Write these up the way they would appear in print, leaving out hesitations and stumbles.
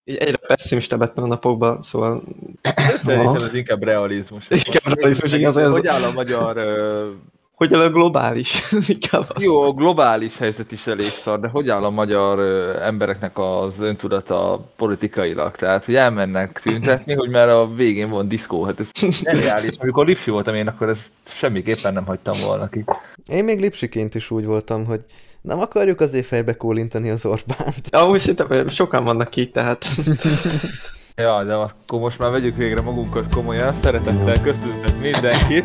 így egyre pessimista lettem a napokban, szóval... Szerintem ez inkább realizmus. Inkább realizmus, igen, Hogy áll a magyar... Hogy a globális? Inkább az. Jó, a globális helyzet is elég szar, de hogy áll a magyar embereknek az öntudata politikailag? Tehát, hogy elmennek tüntetni, hogy már a végén van diszkó. Hát ez elreális. Amikor lipsi voltam én, akkor ezt semmiképpen nem hagytam volna ki. Én még lipsiként is úgy voltam, hogy nem akarjuk azért fejbe kólintani az Orbánt. Úgy szinte sokan vannak így, tehát... Ja, de akkor most már vegyük végre magunkat komolyan. Szeretettel köszöntök mindenkit.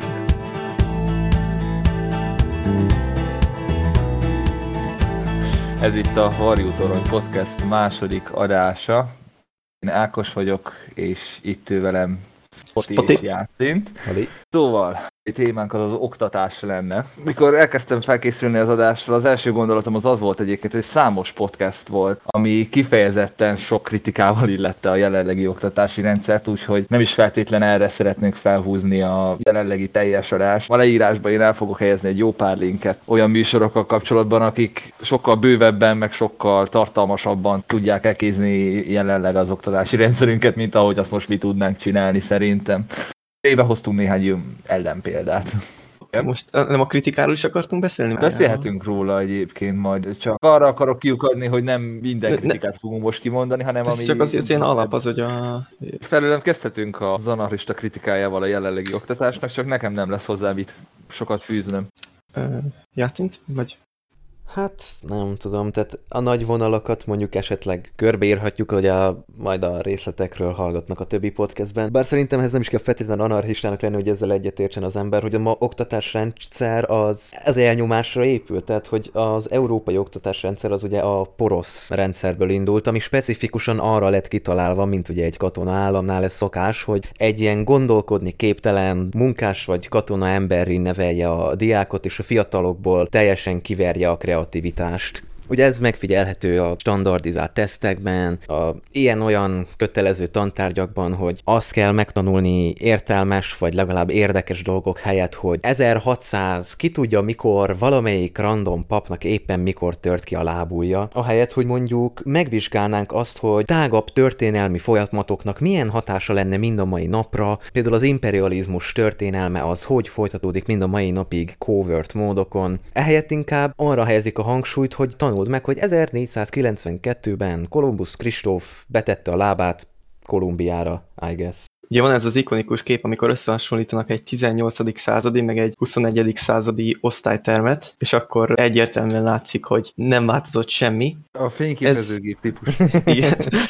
Ez itt a Varjú Torony Podcast második adása. Én Ákos vagyok, és itt ő velem Spoti és Jászint. Szóval, a témánk az oktatás lenne. Mikor elkezdtem felkészülni az adásra, az első gondolatom az volt egyébként, hogy számos podcast volt, ami kifejezetten sok kritikával illette a jelenlegi oktatási rendszert, úgyhogy nem is feltétlen erre szeretnénk felhúzni a jelenlegi teljes adást. A leírásban én el fogok helyezni egy jó pár linket olyan műsorokkal kapcsolatban, akik sokkal bővebben, meg sokkal tartalmasabban tudják elkézni jelenleg az oktatási rendszerünket, mint ahogy azt most mi tudnánk csinálni szerintem. Éve hoztunk néhány ellenpéldát. Most nem a kritikáról is akartunk beszélni? Beszélhetünk róla egyébként majd, csak arra akarok kiukadni, hogy nem minden kritikát fogunk most kimondani, hanem ami... Csak az ilyen alap az, hogy a... Felőlem kezdhetünk az anarchista kritikájával a jelenlegi oktatásnak, csak nekem nem lesz hozzá mit sokat fűznöm. Játszint? Vagy... Hát nem tudom, tehát a nagy vonalakat mondjuk esetleg körbeírhatjuk, hogy majd a részletekről hallgatnak a többi podcastben. Bár szerintem ez nem is kell feltétlenül anarchistának lenni, hogy ezzel egyetértsen az ember, hogy a ma oktatásrendszer az elnyomásra épül, tehát hogy az európai oktatásrendszer az ugye a porosz rendszerből indult, ami specifikusan arra lett kitalálva, mint ugye egy katona államnál ez szokás, hogy egy ilyen gondolkodni képtelen munkás vagy katona emberré nevelje a diákot, és a fiatalokból teljesen kiverje a kreativitást. Ugye ez megfigyelhető a standardizált tesztekben, ilyen-olyan kötelező tantárgyakban, hogy azt kell megtanulni értelmes, vagy legalább érdekes dolgok helyett, hogy 1600 ki tudja mikor valamelyik random papnak éppen mikor tört ki a lábujja, ahelyett, hogy mondjuk megvizsgálnánk azt, hogy tágabb történelmi folyamatoknak milyen hatása lenne mind a mai napra, például az imperializmus történelme az, hogy folytatódik mind a mai napig covert módokon. Ehelyett inkább arra helyezik a hangsúlyt, hogy tanuld meg, hogy 1492-ben Kolumbusz Kristóf betette a lábát Kolumbiára, I guess. Ugye van ez az ikonikus kép, amikor összehasonlítanak egy 18. századi, meg egy 21. századi osztálytermet, és akkor egyértelműen látszik, hogy nem változott semmi. A fényképezőgép típus. Igen.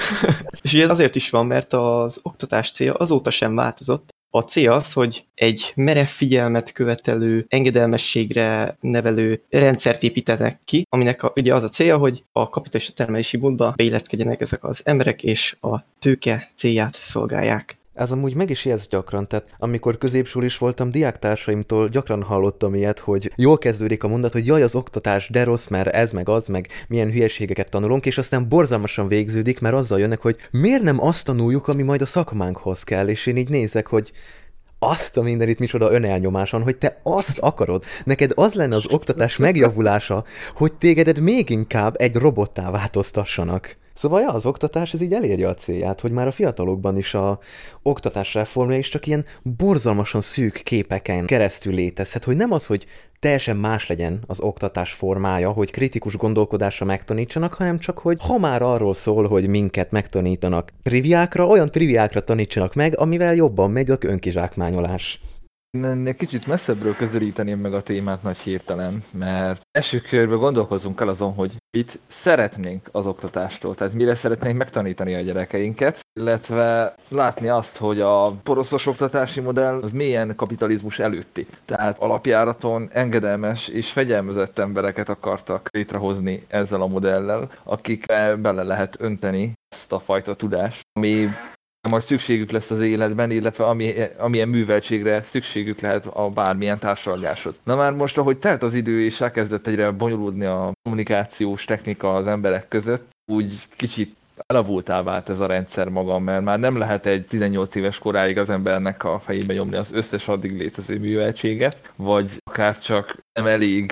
És ugye ez azért is van, mert az oktatás célja azóta sem változott. A cél az, hogy egy merev figyelmet követelő, engedelmességre nevelő rendszert építenek ki, aminek ugye az a célja, hogy a kapitalista termelési módba beilleszkedjenek ezek az emberek, és a tőke célját szolgálják. Ez amúgy meg is jelz gyakran, tehát amikor középsulis voltam, diáktársaimtól gyakran hallottam ilyet, hogy jól kezdődik a mondat, hogy jaj, az oktatás de rossz, mert ez meg az, meg milyen hülyeségeket tanulunk, és aztán borzalmasan végződik, mert azzal jönnek, hogy miért nem azt tanuljuk, ami majd a szakmánkhoz kell, és én így nézek, hogy azt a mindenit micsoda önelnyomáson, hogy te azt akarod. Neked az lenne az oktatás megjavulása, hogy téged még inkább egy robottá változtassanak. Szóval ja, az oktatás ez így elérje a célját, hogy már a fiatalokban is a oktatás reformja is csak ilyen borzalmasan szűk képeken keresztül létezhet, hogy nem az, hogy teljesen más legyen az oktatás formája, hogy kritikus gondolkodásra megtanítsanak, hanem csak, hogy ha már arról szól, hogy minket megtanítanak triviákra, olyan triviákra tanítsanak meg, amivel jobban megy a önkizsákmányolás. Egy kicsit messzebbről közelíteném meg a témát nagy hirtelen, mert első körben gondolkozzunk el azon, hogy mit szeretnénk az oktatástól, tehát mire szeretnénk megtanítani a gyerekeinket, illetve látni azt, hogy a poroszos oktatási modell az mélyen kapitalizmus előtti. Tehát alapjáraton engedelmes és fegyelmezett embereket akartak létrehozni ezzel a modellel, akik bele lehet önteni ezt a fajta tudást, ami majd szükségük lesz az életben, illetve amilyen műveltségre szükségük lehet a bármilyen társalgáshoz. Na már most, ahogy telt az idő, és elkezdett egyre bonyolódni a kommunikációs technika az emberek között, úgy kicsit elavultá vált ez a rendszer maga, mert már nem lehet egy 18 éves koráig az embernek a fejébe nyomni az összes addig létező műveltséget, vagy akár csak nem elég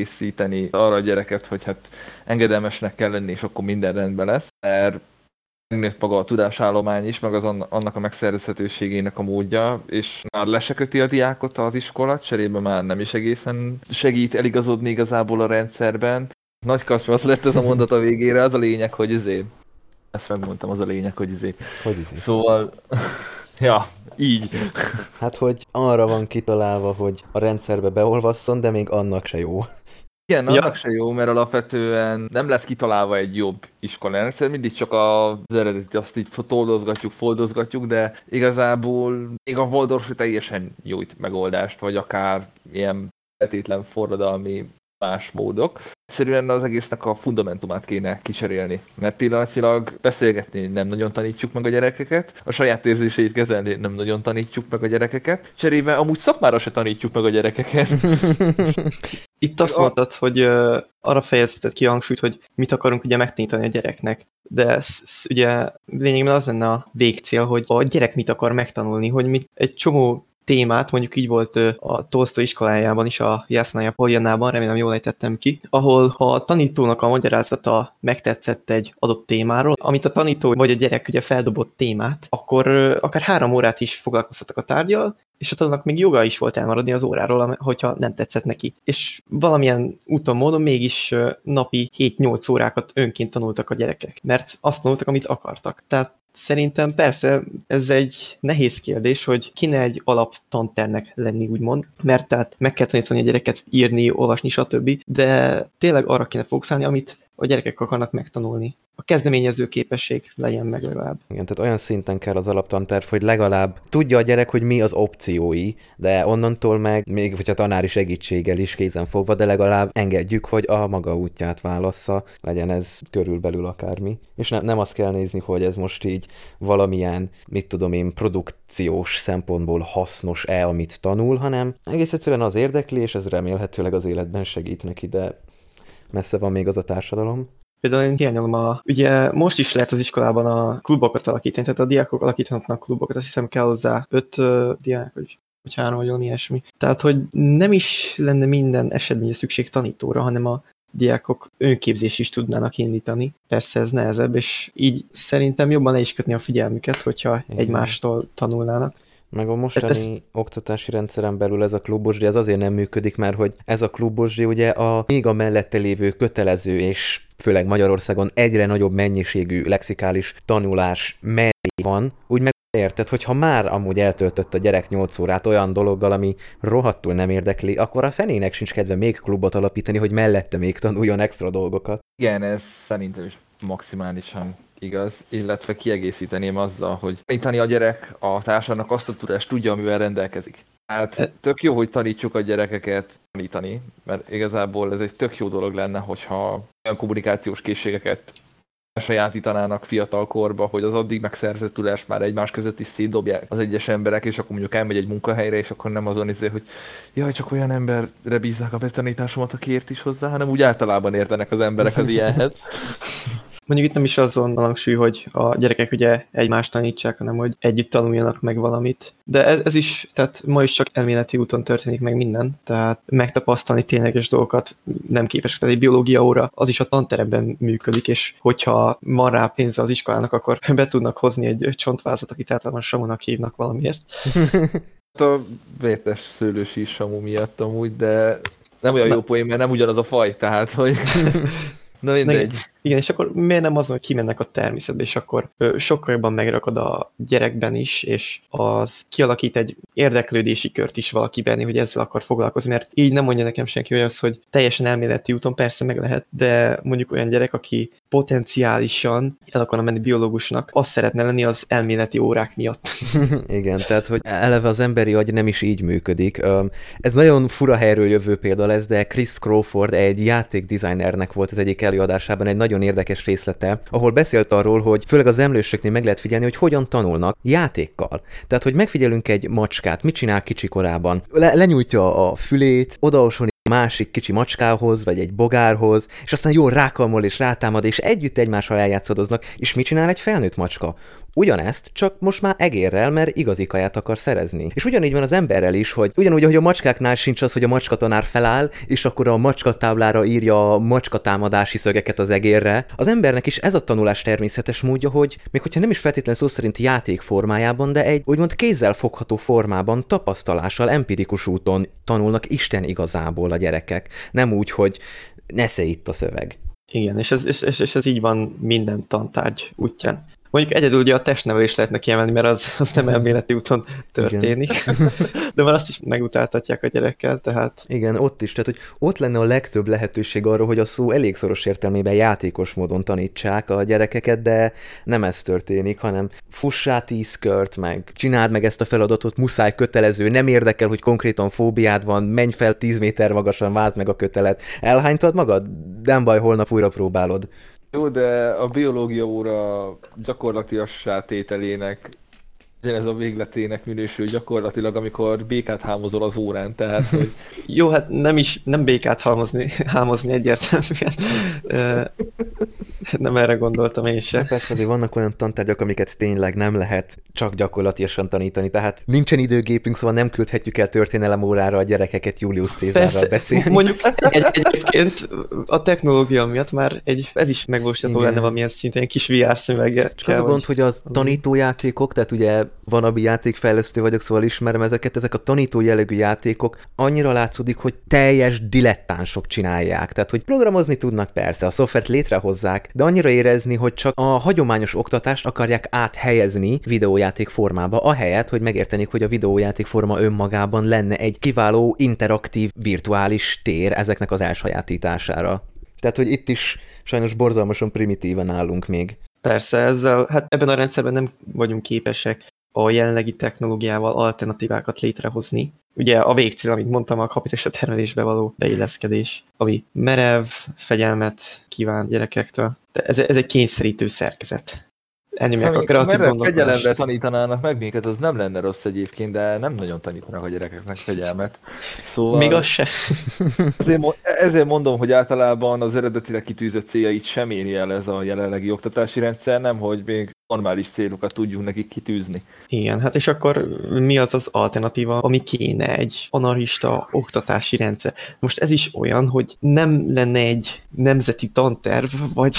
felkészíteni arra a gyereket, hogy hát engedelmesnek kell lenni, és akkor minden rendben lesz, mert megnőtt maga a tudásállomány is, meg annak a megszerezhetőségének a módja, és már le se köti a diákot az iskola, cserébe már nem is egészen segít eligazodni igazából a rendszerben. Nagy kacsma, az lett ez a mondat a végére, az a lényeg, hogy ezt megmondtam, az a lényeg, hogy Szóval, ja, így. Hát, hogy arra van kitalálva, hogy a rendszerbe beolvasszon, de még annak se jó. Igen, annak se jó, mert alapvetően nem lesz kitalálva egy jobb iskolarendszer, mindig csak az eredeti azt így foldozgatjuk, de igazából még a Waldorf teljesen nyújt megoldást, vagy akár ilyen feltétlen forradalmi más módok. Egyszerűen az egésznek a fundamentumát kéne kicserélni, mert pillanatilag beszélgetni nem nagyon tanítjuk meg a gyerekeket, a saját érzéseit kezelni nem nagyon tanítjuk meg a gyerekeket, cserébe amúgy szakmára se tanítjuk meg a gyerekeket. Itt azt mondtad, hogy arra fejezted ki a hangsúlyt, hogy mit akarunk ugye megtanítani a gyereknek, de ez ugye lényegében az lenne a végcél, hogy a gyerek mit akar megtanulni, hogy egy csomó témát, mondjuk így volt a Tolsztoj iskolájában is, a Jasnaja Poljannában, remélem jól ejtettem ki, ahol ha a tanítónak a magyarázata megtetszett egy adott témáról, amit a tanító vagy a gyerek ugye feldobott témát, akkor akár 3 órát is foglalkoztattak a tárgyal, és a tanulnak még joga is volt elmaradni az óráról, hogyha nem tetszett neki. És valamilyen úton, módon mégis napi 7-8 órákat önként tanultak a gyerekek, mert azt tanultak, amit akartak. Tehát szerintem persze ez egy nehéz kérdés, hogy kéne egy alaptanternek lenni, úgymond, mert tehát meg kell tanítani a gyereket írni, olvasni, stb. De tényleg arra kéne fókuszálni, amit a gyerekek akarnak megtanulni. A kezdeményező képesség legyen meg legalább. Igen, tehát olyan szinten kell az alaptanterv, hogy legalább tudja a gyerek, hogy mi az opciói, de onnantól meg, még hogyha tanári segítséggel is kézen fogva, de legalább engedjük, hogy a maga útját válassza, legyen ez körülbelül akármi. És nem azt kell nézni, hogy ez most így valamilyen, mit tudom én, produkciós szempontból hasznos-e, amit tanul, hanem egész egyszerűen az érdekli, és ez remélhetőleg az életben segít neki, de messze van még az a társadalom. Például én hiányolom ugye most is lehet az iskolában a klubokat alakítani, tehát a diákok alakíthatnak klubokat, azt hiszem kell hozzá 5 diák, vagy 3, vagy valami ilyesmi. Tehát, hogy nem is lenne minden esetben szükség tanítóra, hanem a diákok önképzést is tudnának indítani. Persze ez nehezebb, és így szerintem jobban le is kötni a figyelmüket, hogyha egymástól tanulnának. Meg a mostani oktatási rendszeren belül ez a klubosdi, ez azért nem működik, mert hogy ez a klubosdi ugye még a mellette lévő kötelező és főleg Magyarországon egyre nagyobb mennyiségű lexikális tanulás mellé van, úgy meg érted, hogy ha már amúgy eltöltött a gyerek 8 órát olyan dologgal, ami rohadtul nem érdekli, akkor a fenének sincs kedve még klubot alapítani, hogy mellette még tanuljon extra dolgokat. Igen, ez szerintem is maximálisan igaz, illetve kiegészíteném azzal, hogy tanítani a gyerek a társadalomnak azt a tudást tudja, amivel rendelkezik. Hát tök jó, hogy tanítsuk a gyerekeket tanítani, mert igazából ez egy tök jó dolog lenne, hogyha olyan kommunikációs készségeket sajátítanának fiatal korba, hogy az addig megszerzett tudást már egymás között is szétdobják az egyes emberek, és akkor mondjuk elmegy egy munkahelyre, és akkor nem azon hogy jaj, csak olyan emberre bízzák a betanításomat, aki ért is hozzá, hanem úgy általában értenek az emberek az ilyenhez. Mondjuk itt nem is azon a hangsúly, hogy a gyerekek ugye egymást tanítsák, hanem hogy együtt tanuljanak meg valamit. De ez is, tehát ma is csak elméleti úton történik meg minden, tehát megtapasztalni tényleges dolgokat nem képesek. Tehát egy biológia óra az is a tanteremben működik, és hogyha van rá pénze az iskolának, akkor be tudnak hozni egy csontvázat, akit általában Samunak hívnak valamiért. A vértes szőlősís Samu miatt amúgy, de nem olyan jó poén, mert nem ugyanaz a faj, tehát hogy... Na mindegy. Igen, és akkor miért nem azon, hogy kimennek a természetbe, és akkor sokkal jobban megrakad a gyerekben is, és az kialakít egy érdeklődési kört is valakiben, hogy ezzel akar foglalkozni, mert így nem mondja nekem senki olyan, hogy teljesen elméleti úton persze meg lehet, de mondjuk olyan gyerek, aki potenciálisan el akarna menni biológusnak, az szeretne lenni az elméleti órák miatt. Igen, tehát hogy eleve az emberi agy nem is így működik. Ez nagyon fura helyről jövő példa lesz, de Chris Crawford egy játékdesignernek volt az egyik előadásában egy nagyon érdekes részlete, ahol beszélt arról, hogy főleg az emlősöknél meg lehet figyelni, hogy hogyan tanulnak játékkal. Tehát, hogy megfigyelünk egy macskát, mit csinál kicsikorában. Lenyújtja a fülét, odaosonít másik kicsi macskához, vagy egy bogárhoz, és aztán jól rákalmol és rátámad, és együtt egymással eljátszadoznak, és mit csinál egy felnőtt macska? ugyanezt, csak most már egérrel, mert igazi kaját akar szerezni. És ugyanígy van az emberrel is, hogy ugyanúgy, ahogy a macskáknál sincs az, hogy a macskatanár feláll, és akkor a macskatáblára írja a macskatámadási szögeket az egérre. Az embernek is ez a tanulás természetes módja, hogy még hogyha nem is feltétlenül szó szerint játék formájában, de egy úgymond kézzel fogható formában, tapasztalással, empirikus úton tanulnak Isten igazából a gyerekek. Nem úgy, hogy nesze itt a szöveg. Igen, és ez így van minden tantárgy útján. Mondjuk egyedül ugye a testnevelést lehetne kiemelni, mert az nem elméleti úton történik. De már azt is megutáltatják a gyerekkel, tehát... Igen, ott is. Tehát, hogy ott lenne a legtöbb lehetőség arra, hogy a szó elég szoros értelmében játékos módon tanítsák a gyerekeket, de nem ez történik, hanem fussál 10 kört, meg csináld meg ezt a feladatot, muszáj, kötelező, nem érdekel, hogy konkrétan fóbiád van, menj fel 10 méter magasan, vázd meg a kötelet. Elhánytad magad? Nem baj, holnap újra próbálod. Jó, de a biológia óra gyakorlatiassá tételének, ez a végletének minősül gyakorlatilag, amikor békát hámozol az órán, tehát, hogy... Jó, hát nem békát hámozni egyértelműen. Nem erre gondoltam én sem. Persze azért vannak olyan tantárgyak, amiket tényleg nem lehet csak gyakorlatilag tanítani, tehát nincsen időgépünk, szóval nem küldhetjük el történelem órára a gyerekeket Julius Cézárral beszélni. Mondjuk egyébként a technológia miatt már ez is megvalósítható lenne valamilyen szinten, egy kis VR szemüveggel. Csak az a gond, hogy a tanítójátékok, tehát ugye vanabi játékfejlesztő vagyok, szóval ismerem ezeket, ezek a tanító jellegű játékok annyira látszódik, hogy teljes dilettánsok csinálják. Tehát, hogy programozni tudnak persze, a szoftvert létrehozzák, de annyira érezni, hogy csak a hagyományos oktatást akarják áthelyezni videójáték formába, ahelyett, hogy megértenék, hogy a videójáték forma önmagában lenne egy kiváló, interaktív, virtuális tér ezeknek az elsajátítására. Tehát, hogy itt is sajnos borzalmasan primitíven állunk még. Persze, ezzel, hát ebben a rendszerben nem vagyunk képesek a jelenlegi technológiával alternatívákat létrehozni. Ugye a végcél, amit mondtam, a kapitalista termelésbe való beilleszkedés, ami merev, fegyelmet kíván gyerekektől. De ez egy kényszerítő szerkezet. Elnyomják a kreatív gondolkodást. Fegyelemre tanítanának meg minket, az nem lenne rossz egyébként, de nem nagyon tanítanak a gyerekeknek fegyelmet. Szóval... Még az se. Ezért mondom, hogy általában az eredetileg kitűzött céljait sem éri el ez a jelenlegi oktatási rendszer, nem, hogy még normális célokat tudjunk nekik kitűzni. Igen, hát és akkor mi az az alternatíva, ami kéne egy anarchista oktatási rendszer? Most ez is olyan, hogy nem lenne egy nemzeti tanterv, vagy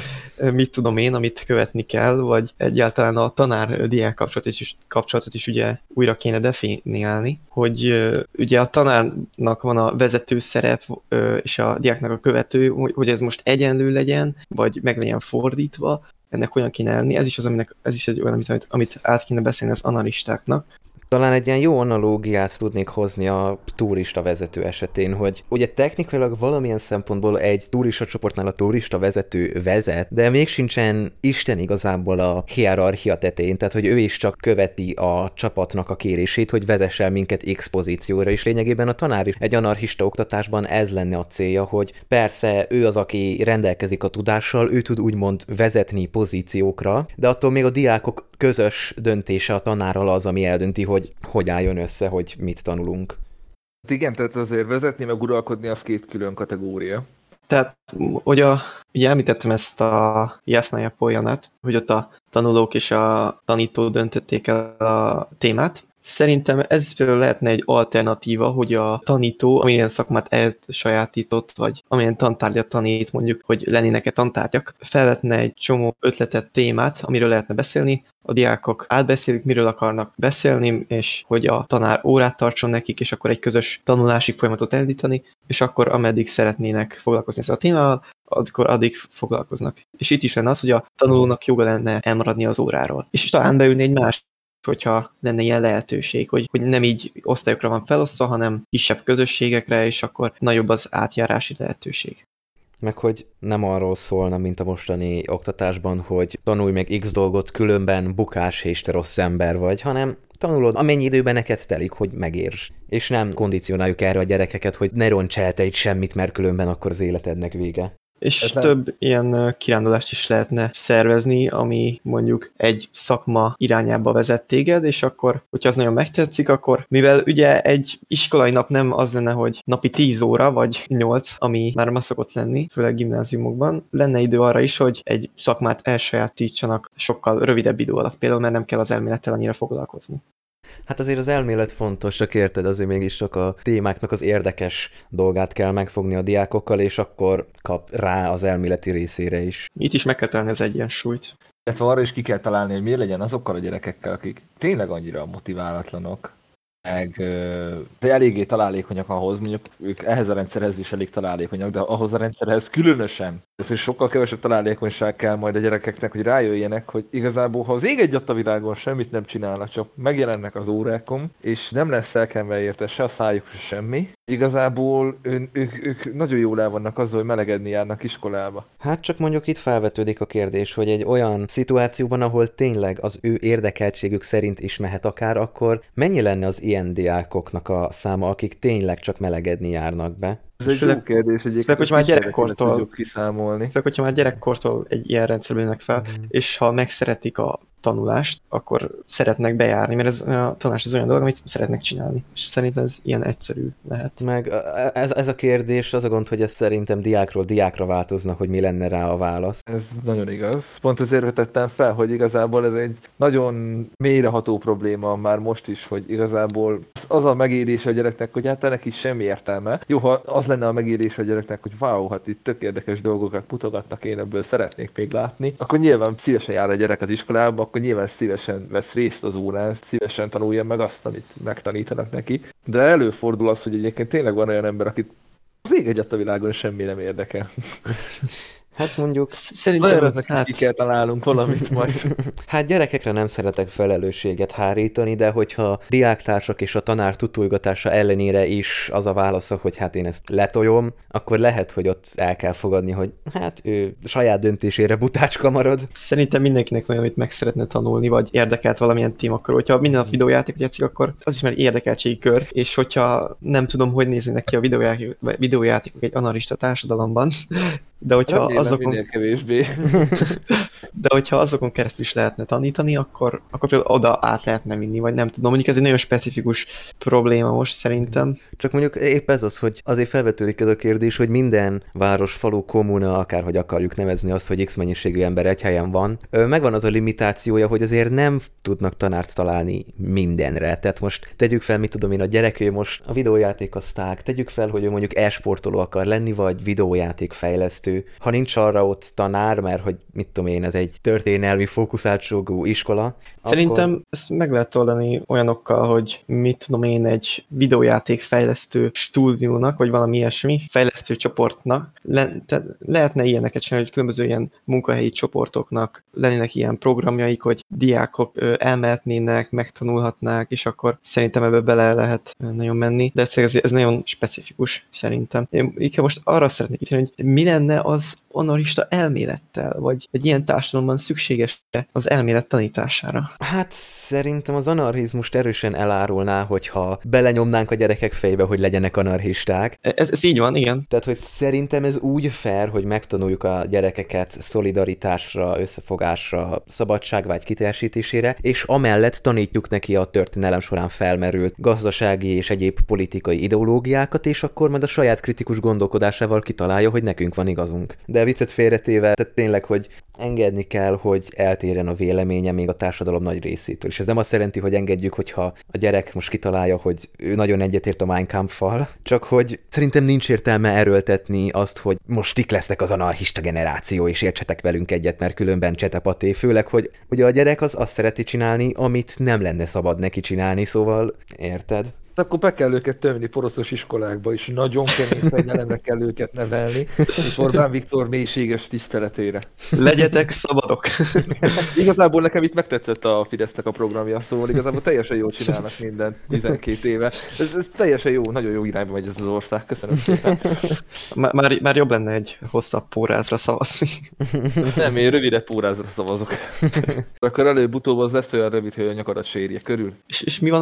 mit tudom én, amit követni kell, vagy egyáltalán a tanár-diák kapcsolatot is ugye újra kéne definiálni, hogy ugye a tanárnak van a vezető szerep, és a diáknak a követő, hogy ez most egyenlő legyen, vagy meg legyen fordítva, ennek olyan kéne lenni, ez is egy olyan, amit át kéne beszélni az analistáknak. Talán egy ilyen jó analógiát tudnék hozni a turista vezető esetén, hogy ugye technikailag valamilyen szempontból egy turista csoportnál a turista vezető vezet, de még sincsen Isten igazából a hierarchia tetején, tehát hogy ő is csak követi a csapatnak a kérését, hogy vezesse minket X pozícióra, és lényegében a tanár is egy anarchista oktatásban ez lenne a célja, hogy persze ő az, aki rendelkezik a tudással, ő tud úgymond vezetni pozíciókra, de attól még a diákok közös döntése a tanárral az, ami eldönti, hogy álljon össze, hogy mit tanulunk. Igen, tehát azért vezetni meg uralkodni az két külön kategória. Tehát, ugye említettem ezt a Jasnája Polyanát, hogy ott a tanulók és a tanító döntötték el a témát. Szerintem ez például lehetne egy alternatíva, hogy a tanító, amilyen szakmát elsajátított, vagy amilyen tantárgyat tanít, mondjuk, hogy lennének-e tantárgyak, felvetne egy csomó ötletet, témát, amiről lehetne beszélni, a diákok átbeszélik, miről akarnak beszélni, és hogy a tanár órát tartson nekik, és akkor egy közös tanulási folyamatot elindítani, és akkor ameddig szeretnének foglalkozni ezzel a témával, addig foglalkoznak. És itt is lenne az, hogy a tanulónak joga lenne elmaradni az óráról. És talán beülni egy más, hogyha lenne ilyen lehetőség, hogy nem így osztályokra van felosztva, hanem kisebb közösségekre, és akkor nagyobb az átjárási lehetőség. Meg hogy nem arról szólna, mint a mostani oktatásban, hogy tanulj meg X dolgot, különben bukás és te rossz ember vagy, hanem tanulod, amennyi időben neked telik, hogy megértsd. És nem kondicionáljuk erre a gyerekeket, hogy ne roncs el te itt semmit, mert különben akkor az életednek vége. És több ilyen kirándulást is lehetne szervezni, ami mondjuk egy szakma irányába vezet téged, és akkor, hogyha az nagyon megtetszik, akkor mivel ugye egy iskolai nap nem az lenne, hogy napi 10 óra vagy 8, ami már ma szokott lenni, főleg gimnáziumokban, lenne idő arra is, hogy egy szakmát elsajátítsanak sokkal rövidebb idő alatt, például mert nem kell az elmélettel annyira foglalkozni. Hát azért az elmélet fontos, csak érted, azért mégis csak a témáknak az érdekes dolgát kell megfogni a diákokkal, és akkor kap rá az elméleti részére is. Itt is meg kell találni az egyensúlyt. Tehát arra is ki kell találni, hogy miért legyen azokkal a gyerekekkel, akik tényleg annyira motiválatlanok, meg de eléggé találékonyak ahhoz, mondjuk ők ehhez a rendszerhez is elég találékonyak, de ahhoz a rendszerhez különösen. Tehát, hogy sokkal kevesebb találékonyság kell majd a gyerekeknek, hogy rájöjjenek, hogy igazából, ha az ég egyet a világon semmit nem csinálnak, csak megjelennek az órákon, és nem lesz elkenve érte se a szájuk, se semmi. Igazából ők nagyon jól el vannak azzal, hogy melegedni járnak iskolába. Hát csak mondjuk itt felvetődik a kérdés, hogy egy olyan szituációban, ahol tényleg az ő érdekeltségük szerint is mehet akár, akkor mennyi lenne az ilyen diákoknak a száma, akik tényleg csak melegedni járnak be? Ez egy jó kérdés, egyébként. Hogyha már gyerekkortól kiszámolni. Hogyha már gyerekkortól egy ilyen rendszerben jönnek fel, és ha megszeretik a tanulást, akkor szeretnek bejárni, mert a tanulás az olyan dolog, amit szeretnek csinálni. És szerintem ez ilyen egyszerű lehet. Meg ez a kérdés, az a gond, hogy ez szerintem diákról diákra változna, hogy mi lenne rá a válasz. Ez nagyon igaz. Pont azért vetettem fel, hogy igazából ez egy nagyon mélyreható probléma már most is, hogy igazából az a megélés a gyereknek, hogy hát ennek is semmi értelme. Jó, ha az lenne a megélés a gyereknek, hogy wow, hát itt tök érdekes dolgokat mutogatnak, én ebből szeretnék még látni, akkor nyilván szívesen jár a gyerek az iskolába, akkor nyilván szívesen vesz részt az órán, szívesen tanulja meg azt, amit megtanítanak neki. De előfordul az, hogy egyébként tényleg van olyan ember, akit az ég egyet a világon semmi nem érdekel. Hát mondjuk... Szerintem ki kell találnunk valamit majd. Hát gyerekekre nem szeretek felelősséget hárítani, de hogyha diáktársak és a tanár tutulgatása ellenére is az a válasza, hogy hát én ezt letoljom, akkor lehet, hogy ott el kell fogadni, hogy hát ő saját döntésére butácska marad. Szerintem mindenkinek van, amit meg szeretne tanulni, vagy érdekelt valamilyen témakör. Hogyha minden nap videójátékot játszik, akkor az is már érdekeltségi kör, és hogyha nem tudom, hogy néznek ki a videójátékok egy anarchista társadalomban, de hogyha azokon keresztül is lehetne tanítani, akkor például oda át lehetne vinni, vagy nem tudom, mondjuk ez egy nagyon specifikus probléma most szerintem. Csak mondjuk épp ez az, hogy azért felvetődik ez a kérdés, hogy minden város, falu, kommuna, akárhogy akarjuk nevezni azt, hogy x mennyiségű ember egy helyen van, megvan az a limitációja, hogy azért nem tudnak tanárt találni mindenre. Tehát most tegyük fel, mit tudom én, a gyerek, ő most a videójátékozták, tegyük fel, hogy ő mondjuk e-sportoló akar lenni, vagy videójátékfejlesztő. Ha nincs arra ott tanár, mert hogy mit tudom én, ez egy történelmi fókuszáltságú iskola. Szerintem akkor... ezt meg lehet oldani olyanokkal, hogy mit tudom én, egy videójáték fejlesztő stúdiónak, vagy valami ilyesmi, fejlesztő csoportnak. Lehetne ilyeneket csinálni, hogy különböző ilyen munkahelyi csoportoknak lennének ilyen programjaik, hogy diákok elmehetnének, megtanulhatnák, és akkor szerintem ebbe bele lehet nagyon menni, de ez nagyon specifikus szerintem. Én inkább most arra szeretnék ítélni, hogy mi lenne az anarchista elmélettel, vagy egy ilyen társadalomban szükséges az elmélet tanítására? Hát szerintem az anarchizmust erősen elárulná, hogyha belenyomnánk a gyerekek fejbe, hogy legyenek anarchisták. Ez így van, igen. Tehát, hogy szerintem ez úgy fair, hogy megtanuljuk a gyerekeket szolidaritásra, összefogásra, szabadságvágy kiteljesítésére, és amellett tanítjuk neki a történelem során felmerült gazdasági és egyéb politikai ideológiákat, és akkor majd a saját kritikus gondolkodásával kitalálja, hogy nekünk van igazunk. De viccet félretéve, tehát tényleg, hogy engedni kell, hogy eltérjen a véleménye még a társadalom nagy részétől. És ez nem azt jelenti, hogy engedjük, hogyha a gyerek most kitalálja, hogy ő nagyon egyetért a Mein Kampffal, csak hogy szerintem nincs értelme erőltetni azt, hogy most tik lesznek az anarchista generáció, és értsetek velünk egyet, mert különben csetepaté, főleg, hogy ugye a gyerek az azt szereti csinálni, amit nem lenne szabad neki csinálni, szóval érted? Akkor be kell őket tömni poroszos iskolákba, és nagyon kemény fegyelemre kell őket nevelni, és Orbán Viktor mélységes tiszteletére. Legyetek szabadok! Igazából nekem itt megtetszett a Fidesznek a programja, szóval igazából teljesen jól csinálnak mindent 12 éve. Ez teljesen jó, nagyon jó irányba megy ez az ország. Köszönöm szépen. Már jobb lenne egy hosszabb pórázra szavazni. Nem, én rövidebb pórázra szavazok. Akkor előbb-utóbb az lesz olyan rövid, hogy a nyakadat sérje körül. És mi van az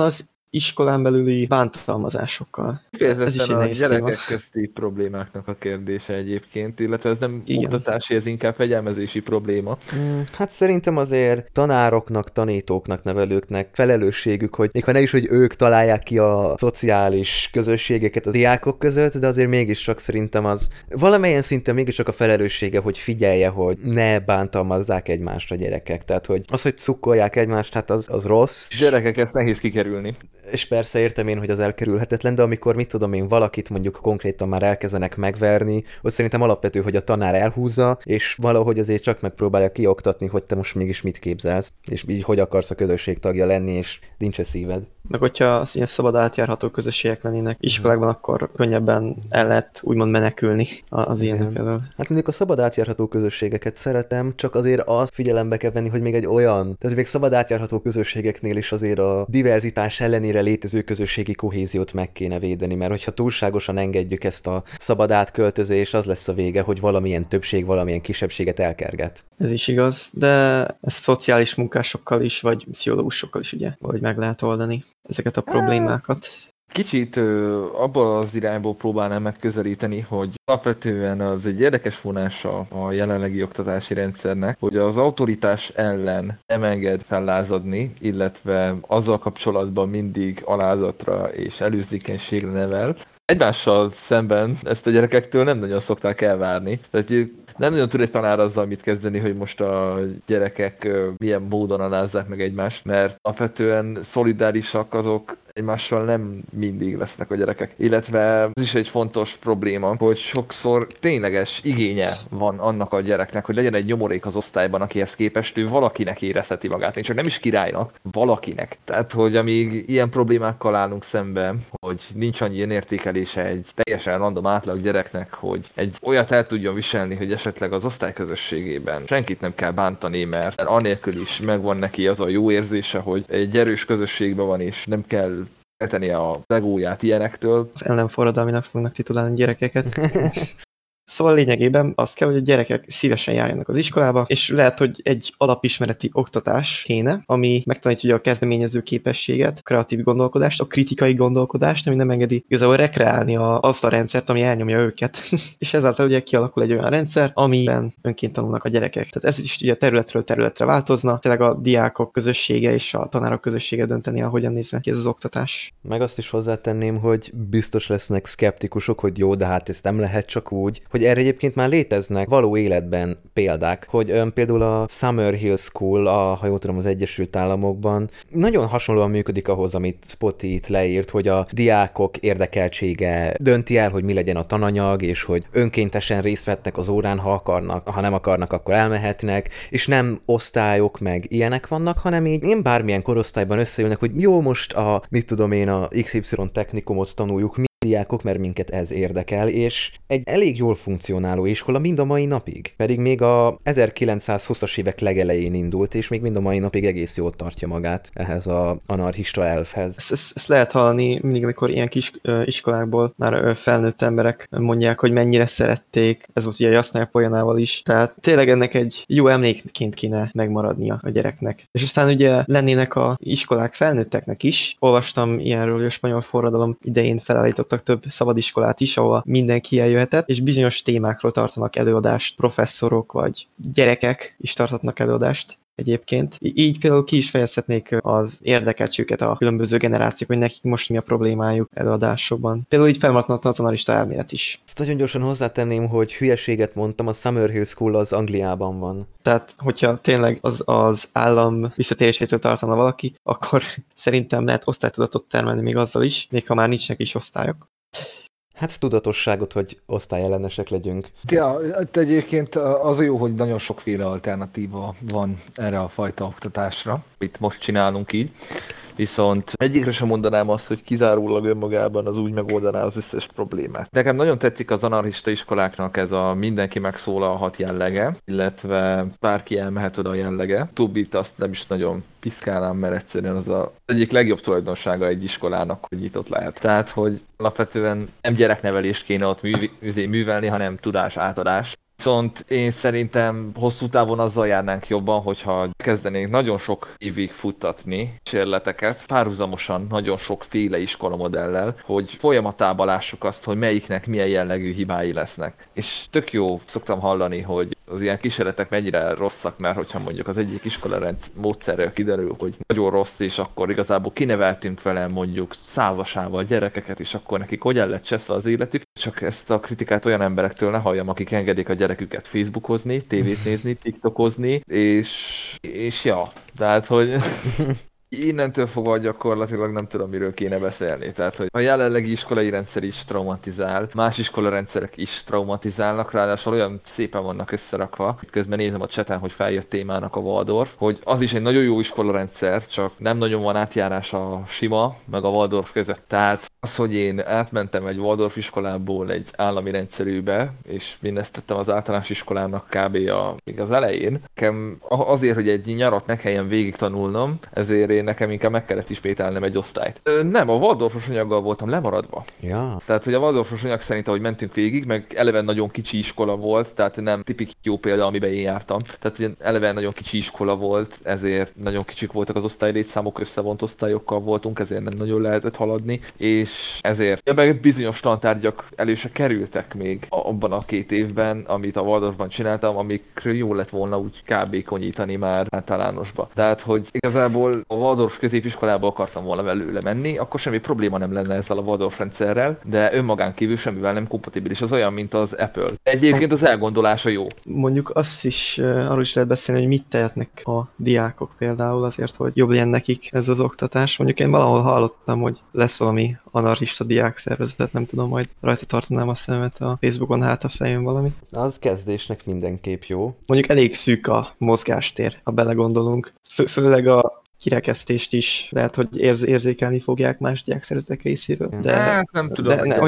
iskolán belüli bántalmazásokkal. Ez is Kifejezetten egy a nehéz téma. gyerekek közti problémáknak a kérdése egyébként, illetve ez nem Igen. oktatási, ez inkább fegyelmezési probléma. Hát szerintem azért tanároknak, tanítóknak, nevelőknek felelősségük, hogy még ha ne is, hogy ők találják ki a szociális közösségeket a diákok között, de azért mégiscsak szerintem az valamilyen szinten mégiscsak a felelőssége, hogy figyelje, hogy ne bántalmazzák egymást a gyerekek. Tehát, hogy az, hogy cukkolják egymást, hát az rossz. Gyerekek, ezt nehéz kikerülni. És persze értem én, hogy az elkerülhetetlen, de amikor mit tudom én, valakit mondjuk konkrétan már elkezdenek megverni, ott szerintem alapvető, hogy a tanár elhúzza, és valahogy azért csak megpróbálja kioktatni, hogy te most mégis mit képzelsz, és így hogy akarsz a közösség tagja lenni, és nincs szíved. Meg hogyha az ilyen szabad átjárható közösségek lennének iskolákban, akkor könnyebben el lehet úgymond menekülni az ilyenek elől. Hát mondjuk a szabad átjárható közösségeket szeretem, csak azért azt figyelembe kell venni, hogy még egy olyan, tehát még szabad átjárható közösségeknél is azért a diverzitás ellenére létező közösségi kohéziót meg kéne védeni, mert hogyha túlságosan engedjük ezt a szabad átköltözést, az lesz a vége, hogy valamilyen többség, valamilyen kisebbséget elkerget. Ez is igaz, de ezt szociális munkásokkal is, vagy pszichológusokkal is ugye, hogy meg lehet oldani ezeket a problémákat. Kicsit abban az irányból próbálnám megközelíteni, hogy alapvetően az egy érdekes vonása a jelenlegi oktatási rendszernek, hogy az autoritás ellen nem enged fellázadni, illetve azzal kapcsolatban mindig alázatra és előzékenységre nevel. Egymással szemben ezt a gyerekektől nem nagyon szokták elvárni. Tehát nem nagyon tud egy tanár azzal mit kezdeni, hogy most a gyerekek milyen módon alázzák meg egymást, mert alapvetően szolidárisak azok egymással nem mindig lesznek a gyerekek. Illetve ez is egy fontos probléma, hogy sokszor tényleges igénye van annak a gyereknek, hogy legyen egy nyomorék az osztályban, akihez képest ő valakinek érezheti magát. Én csak nem is királynak, valakinek. Tehát, hogy amíg ilyen problémákkal állunk szembe, hogy nincs annyi önértékelése egy teljesen random átlag gyereknek, hogy egy olyat el tudjon viselni, hogy esetleg az osztályközösségében senkit nem kell bántani, mert anélkül is megvan neki az a jó érzése, hogy egy erős közösségben van, és nem kell eltenni a legóját ilyenektől. Az ellenforradalminak fognak titulálni gyerekeket. Szóval lényegében az kell, hogy a gyerekek szívesen járjanak az iskolába, és lehet, hogy egy alapismereti oktatás kéne, ami megtanítja a kezdeményező képességet, a kreatív gondolkodást, a kritikai gondolkodást, ami nem engedi igazából rekreálni azt a rendszert, ami elnyomja őket. És ezáltal ugye kialakul egy olyan rendszer, amiben önként tanulnak a gyerekek. Tehát ez is ugye területről területre változna, tényleg a diákok közössége és a tanárok közössége dönteni, hogyan nézzen ki ez az oktatás. Meg azt is hozzátenném, hogy biztos lesznek szkeptikusok, hogy jó, de hát ez nem lehet csak úgy, hogy erre egyébként már léteznek való életben példák, hogy például a Summerhill School, ha jól tudom, az Egyesült Államokban nagyon hasonlóan működik ahhoz, amit Spotty itt leírt, hogy a diákok érdekeltsége dönti el, hogy mi legyen a tananyag, és hogy önkéntesen részt vettnek az órán, ha akarnak, ha nem akarnak, akkor elmehetnek, és nem osztályok meg ilyenek vannak, hanem így én bármilyen korosztályban összeülnek, hogy jó, most a XY technikumot tanuljuk, diákok, mert minket ez érdekel, és egy elég jól funkcionáló iskola mind a mai napig. Pedig még a 1920-as évek legelején indult, és még mind a mai napig egész jól tartja magát ehhez az anarchista elfhez. Ezt lehet hallani mindig, amikor ilyen kis iskolákból már felnőtt emberek mondják, hogy mennyire szerették. Ez volt ugye a Jasnája poénával is. Tehát tényleg ennek egy jó emlékként kéne megmaradnia a gyereknek. És aztán ugye lennének a iskolák felnőtteknek is. Olvastam ilyenről, hogy a spanyol forradalom idején felállítottak több szabadiskolát is, ahol mindenki eljöhetett, és bizonyos témákról tartanak előadást, professzorok vagy gyerekek is tartatnak előadást egyébként. Így például ki is fejezhetnék az érdekeltségüket a különböző generációk, hogy nekik most mi a problémájuk előadásokban. Például így felmaradhatna az anarchista elmélet is. Ezt nagyon gyorsan hozzátenném, hogy hülyeséget mondtam, a Summerhill School az Angliában van. Tehát, hogyha tényleg az állam visszatérésétől tartana valaki, akkor szerintem lehet osztálytudatot termelni még azzal is, még ha már nincsenek is osztályok. Hát tudatosságot, hogy osztályellenesek legyünk. Ja, egyébként az jó, hogy nagyon sokféle alternatíva van erre a fajta oktatásra, amit most csinálunk így. Viszont egyikre sem mondanám azt, hogy kizárólag önmagában az úgy megoldaná az összes problémát. Nekem nagyon tetszik az anarchista iskoláknak ez a mindenki megszólalhat jellege, illetve bárki elmehet oda a jellege. Többit azt nem is nagyon piszkálnám, mert egyszerűen az egyik legjobb tulajdonsága egy iskolának, hogy nyitott lehet. Tehát, hogy alapvetően nem gyereknevelést kéne ott művelni, hanem tudás átadás. Viszont én szerintem hosszú távon azzal járnánk jobban, hogyha kezdenénk nagyon sok évig futtatni kísérleteket, párhuzamosan nagyon sokféle iskolamodellel, hogy folyamatában lássuk azt, hogy melyiknek milyen jellegű hibái lesznek. És tök jó szoktam hallani, hogy az ilyen kísérletek mennyire rosszak, mert hogyha mondjuk az egyik módszerrel kiderül, hogy nagyon rossz, és akkor igazából kineveltünk vele mondjuk százasával gyerekeket, és akkor nekik hogyan lett cseszve az életük. Csak ezt a kritikát olyan emberektől ne halljam, akik engedik a gyereküket Facebookozni, tévét nézni, TikTokozni, és ja, tehát hogy innentől fogva gyakorlatilag nem tudom, miről kéne beszélni. Tehát, hogy a jelenlegi iskolai rendszer is traumatizál, más iskolarendszerek is traumatizálnak, ráadásul olyan szépen vannak összerakva. Itt közben nézem a chaten, hogy feljött témának a Waldorf, hogy az is egy nagyon jó iskolarendszer, csak nem nagyon van átjárás a sima, meg a Waldorf között. Tehát az, hogy én átmentem egy Waldorf iskolából egy állami rendszerűbe, és mindezt tettem az általános iskolának kb. Még az elején, nekem azért, hogy egy nyarat ne kelljen végig tanulnom, ezért nekem inkább meg kellett ismételnem egy osztályt. Nem, a Waldorfos anyaggal voltam lemaradva. Ja. Tehát, hogy a Waldorfos anyag szerint, ahogy mentünk végig, meg eleve nagyon kicsi iskola volt, tehát nem tipik jó példa, amiben én jártam. Tehát, hogy eleve nagyon kicsi iskola volt, ezért nagyon kicsik voltak az osztálylétszámok, összevont osztályokkal voltunk, ezért nem nagyon lehetett haladni, és ezért meg bizonyos tantárgyak elő se kerültek még abban a 2 évben, amit a Waldorfban csináltam, amikről jó lett volna úgy kb. Konyítani már általánosba. Tehát, hogy igazából a Waldorf középiskolába akartam volna belőle menni, akkor semmi probléma nem lenne ezzel a Waldorf rendszerrel, de önmagán kívül semmivel nem kompatibilis. Az olyan, mint az Apple. Egyébként az elgondolása jó. Mondjuk azt is, arról is lehet beszélni, hogy mit tehetnek a diákok például azért, hogy jobb legyen nekik ez az oktatás. Mondjuk én valahol hallottam, hogy lesz valami anarchista diák szervezet, nem tudom, majd rajta tartanám a szemet a Facebookon, hát a fejön valami. Az kezdésnek mindenképp jó. Mondjuk elég szűk a mozgástér, ha belegondolunk. Főleg a kirekesztést is lehet, hogy érzékelni fogják más diákszervezetek részéről. De, nem tudom. de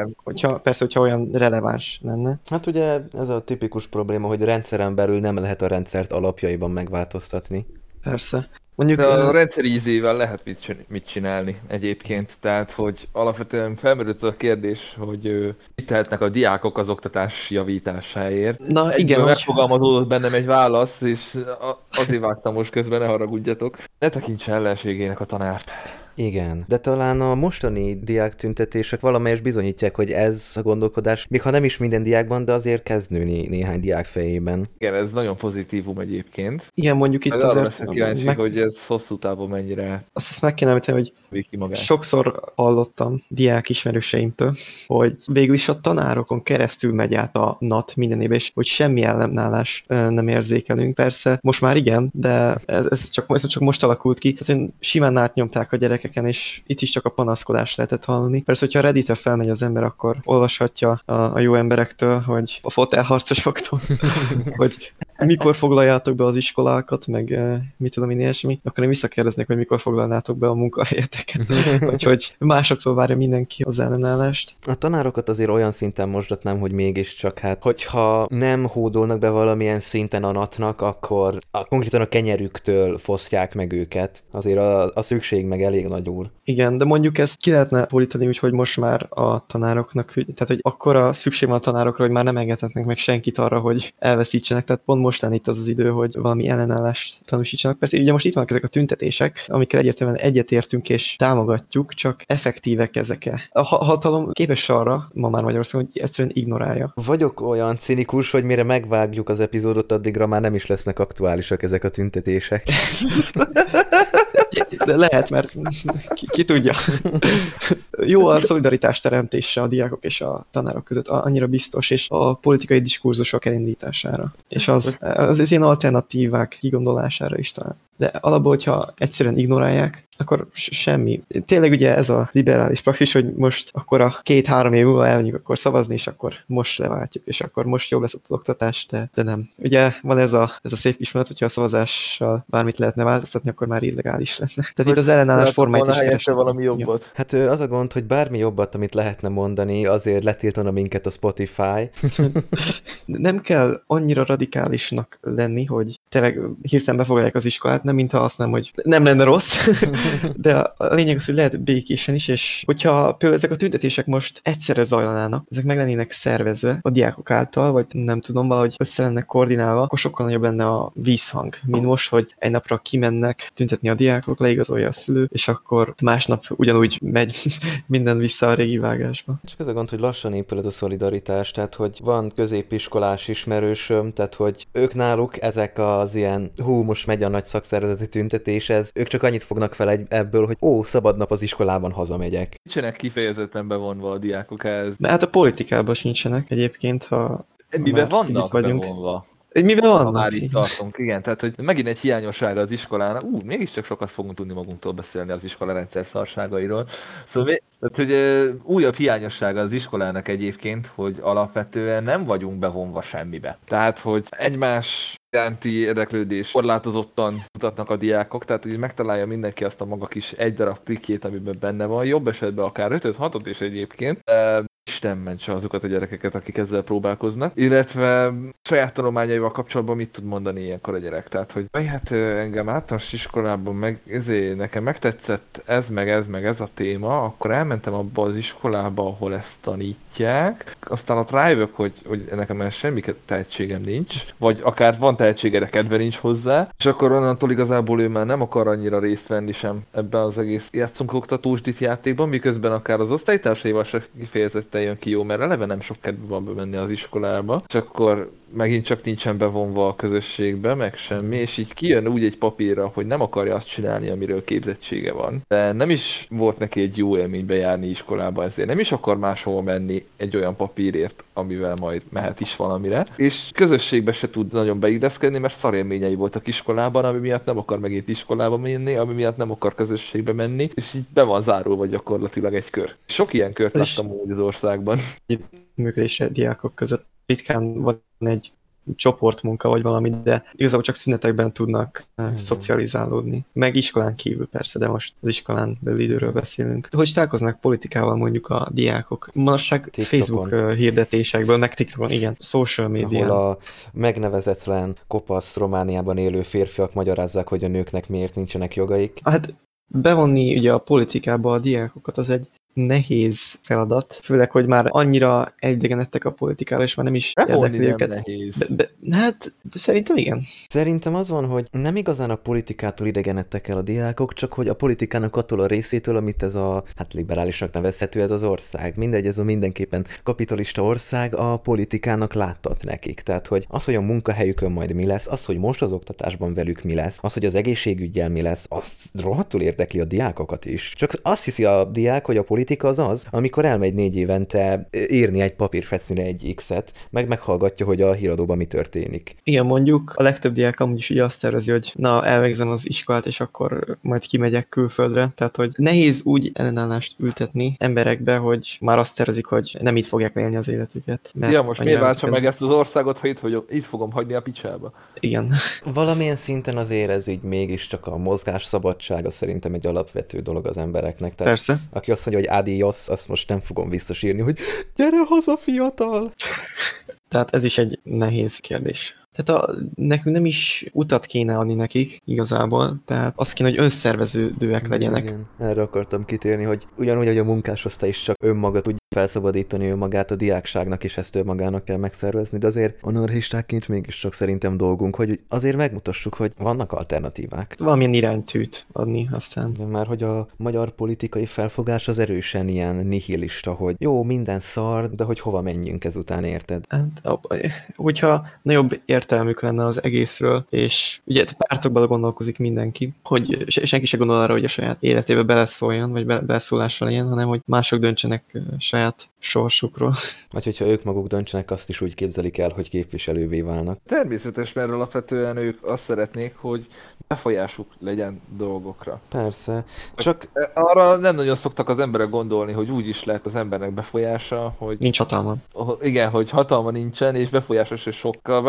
hogyha olyan releváns lenne. Hát ugye ez a tipikus probléma, hogy rendszeren belül nem lehet a rendszert alapjaiban megváltoztatni. Persze. Mondjuk, de a rendszer ízével lehet mit csinálni egyébként, tehát hogy alapvetően felmerült a kérdés, hogy mit tehetnek a diákok az oktatás javításáért. Na igen, megfogalmazódott bennem egy válasz, és azért vágtam most közben, ne haragudjatok. Ne tekintse ellenségének a tanárt. Igen, de talán a mostani diáktüntetések valamelyest bizonyítják, hogy ez a gondolkodás, még ha nem is minden diákban, de azért kezd nőni néhány diák fejében. Igen, ez nagyon pozitívum egyébként. Igen, mondjuk itt azért... Kíváncsi, hogy ez hosszú távon mennyire... Azt meg kéne említeni, hogy sokszor hallottam diák ismerőseimtől, hogy végül is a tanárokon keresztül megy át a NAT minden évben, és hogy semmi ellenállás nem érzékelünk. Persze, most már igen, de ez csak most alakult ki. Tehát, hogy simán átnyomták a gyerekeken, és itt is csak a panaszkodás lehetett hallani. Persze, hogyha a Redditre felmegy az ember, akkor olvashatja a jó emberektől, hogy a fotelharcosoktól, hogy mikor foglaljátok be az iskolákat, meg mit tudom én ilyesmi, akkor én visszakérdeznék, hogy mikor foglalnátok be a munkahelyeteket, vagy hogy másoktól várja mindenki az ellenállást. A tanárokat azért olyan szinten mosdatnám, hogy mégiscsak hát, hogyha nem hódolnak be valamilyen szinten a NAT-nak, akkor konkrétan a kenyerüktől fosztják meg őket. Azért a szükség meg elég nagy úr. Igen, de mondjuk ezt ki lehetne fordítani, úgyhogy most már a tanároknak, tehát hogy akkora szükség van a tanárokra, hogy már nem engedhetnek meg senkit arra, hogy elveszítsenek, tehát pont most lenne itt az idő, hogy valami ellenállást tanúsítsanak. Persze ugye most itt vannak ezek a tüntetések, amikkel egyértelműen egyetértünk és támogatjuk, csak effektívek ezek-e. A hatalom képes arra, ma már Magyarországon, hogy egyszerűen ignorálja. Vagyok olyan cinikus, hogy mire megvágjuk az epizódot, addigra már nem is lesznek aktuálisak ezek a tüntetések. De lehet, mert ki tudja. Jó a szolidaritás teremtése a diákok és a tanárok között, annyira biztos, és a politikai diskurzusok elindítására. És az ilyen alternatívák kigondolására is talán. De alapból, hogyha egyszerűen ignorálják, akkor semmi. Tényleg ugye ez a liberális praxis, hogy most akkor a 2-3 év múlva elmegyünk akkor szavazni, és akkor most leváltjuk, és akkor most jobb lesz az oktatás, de nem. Ugye van ez a szép kismondat, hogyha a szavazással bármit lehetne változtatni, akkor már illegális lenne. Tehát itt az ellenállás formáit is keresnek. Valami jobbat. Ja. Hát az a gond, hogy bármi jobbat, amit lehetne mondani, azért letiltana minket a Spotify. Nem kell annyira radikálisnak lenni, hogy tényleg hirtelen befoglalják az iskolát, nem mintha azt nem, hogy nem lenne rossz, de a lényeg az, hogy lehet békésen is, és hogyha például ezek a tüntetések most egyszerre zajlanának, ezek meg lennének szervezve a diákok által, vagy nem tudom, valahogy össze lennek koordinálva, akkor sokkal nagyobb lenne a vízhang, mint most, hogy egy napra kimennek tüntetni a diákok, leigazolja a szülő, és akkor másnap ugyanúgy megy minden vissza a régi vágásba. Csak ez a gond, hogy lassan épül ez a szolidaritás, tehát hogy van középiskolás ismerősöm, tehát hogy ők náluk ezek az ilyen, most megy a nagy szakszervezeti tüntetés, ők csak annyit fognak fel ebből, hogy szabad nap az iskolában, hazamegyek. Nincsenek kifejezetten bevonva a diákok ehhez. Mert hát a politikában sincsenek egyébként, ha Miben vannak bevonva? Mivel vannak? Már itt tartunk, igen. Tehát, hogy megint egy hiányossága az iskolának. Mégiscsak sokat fogunk tudni magunktól beszélni az iskolarendszer szarságairól. Szóval, tehát, hogy újabb hiányossága az iskolának egyébként, hogy alapvetően nem vagyunk bevonva semmibe. Tehát, hogy egymás iránti érdeklődés korlátozottan mutatnak a diákok, tehát hogy megtalálja mindenki azt a maga kis egy darab prikjét, amiben benne van, jobb esetben akár 5-6-ot is egyébként. Isten mentse azokat a gyerekeket, akik ezzel próbálkoznak, illetve saját tanulmányaival kapcsolatban mit tud mondani ilyenkor a gyerek, tehát hogy hát engem általános iskolában nekem megtetszett ez meg ez a téma, akkor elmentem abba az iskolába, ahol ezt tanítják, aztán ott rájövök, hogy nekem semmi tehetségem nincs, vagy akár van tehetsége, de kedve nincs hozzá, és akkor onnantól igazából ő már nem akar annyira részt venni sem ebben az egész játszunk oktatós játékban, miközben akár az osztálytársaival se kifejezetten jön ki jó, mert eleve nem sok kedve van bemenni az iskolába, és akkor megint csak nincsen bevonva a közösségbe, meg semmi, és így kijön úgy egy papírra, hogy nem akarja azt csinálni, amiről képzettsége van. De nem is volt neki egy jó élmény bejárni iskolába ezért. Nem is akar máshol menni egy olyan papírért, amivel majd mehet is valamire. És közösségbe se tud nagyon beilleszkedni, mert szarélményei voltak iskolában, ami miatt nem akar megint iskolába menni, ami miatt nem akar közösségbe menni, és így be van zárulva gyakorlatilag egy kör. Sok ilyen kört láttam úgy az országban. Működésre diákok között ritkán van egy csoportmunka vagy valami, de igazából csak szünetekben tudnak szocializálódni. Meg iskolán kívül persze, de most az iskolán belül időről beszélünk. Hogy találkoznak politikával mondjuk a diákok? Manapság Facebook hirdetésekből, meg TikTokon, igen, social media. Ahol a megnevezetlen, kopasz Romániában élő férfiak magyarázzák, hogy a nőknek miért nincsenek jogaik. Hát bevonni ugye a politikába a diákokat az egy nehéz feladat, főleg, hogy már annyira elidegenedtek a politikával, és már nem is érdekli őket. Nehéz. Hát, szerintem igen. Szerintem az van, hogy nem igazán a politikától idegenedtek el a diákok, csak hogy a politikának attól a részétől, amit ez a, liberálisnak nevezhető ez az ország. Mindegy, ez a mindenképpen kapitalista ország a politikának láttat nekik. Tehát, hogy az, hogy a munkahelyükön majd mi lesz, az, hogy most az oktatásban velük mi lesz, az, hogy az egészségüggyel mi lesz, az rohadtul érdekli a diákokat is. Csak azt hiszi a diák, hogy a politika az, amikor elmegy 4 évente írni egy papírfesznyre egy X-et, meghallgatja, hogy a híradóban mi történik. Igen, mondjuk a legtöbb diák amúgy is ugye azt tervezi, hogy na, elvégzem az iskolát, és akkor majd kimegyek külföldre. Tehát, hogy nehéz úgy ellenállást ültetni emberekbe, hogy már azt tervezik, hogy nem itt fogják élni az életüket. Most miért váltsam meg ezt az országot, ha itt fogom hagyni a picsába? Igen. Valamilyen szinten azért ez így mégiscsak a mozgás szabadsága szerintem egy alapvető dolog az embereknek. Tehát persze. Aki azt mondja, hogy adios, azt most nem fogom visszasírni, hogy gyere haza, fiatal! Tehát ez is egy nehéz kérdés. Tehát nekünk nem is utat kéne adni nekik igazából, tehát azt kéne, hogy önszerveződőek legyenek. Igen, erre akartam kitérni, hogy ugyanúgy, hogy a munkásosztály is csak önmaga tudja felszabadítani önmagát, a diákságnak is ezt önmagának kell megszervezni, de azért anarchistákként mégiscsak szerintem dolgunk, hogy azért megmutassuk, hogy vannak alternatívák. Valamilyen iránytűt adni aztán. Igen, már hogy a magyar politikai felfogás az erősen ilyen nihilista, hogy jó, minden szar, de hogy hova menjünk ezután, érted? Hát, hogyha nagyobb értelmük lenne az egészről, és ugye pártokban gondolkozik mindenki, hogy senki se gondol arra, hogy a saját életébe beleszóljon, vagy beleszólásra legyen, hanem hogy mások döntsenek saját sorsukról. Vagy hogyha ők maguk döntsenek, azt is úgy képzelik el, hogy képviselővé válnak. Természetes, mert alapvetően ők azt szeretnék, hogy befolyásuk legyen dolgokra. Persze, csak... Arra nem nagyon szoktak az emberek gondolni, hogy úgy is lehet az embernek befolyása, hogy... Nincs hatalma. Igen, hogy hatalma nincsen, és befolyásos és sokkal. Befolyás az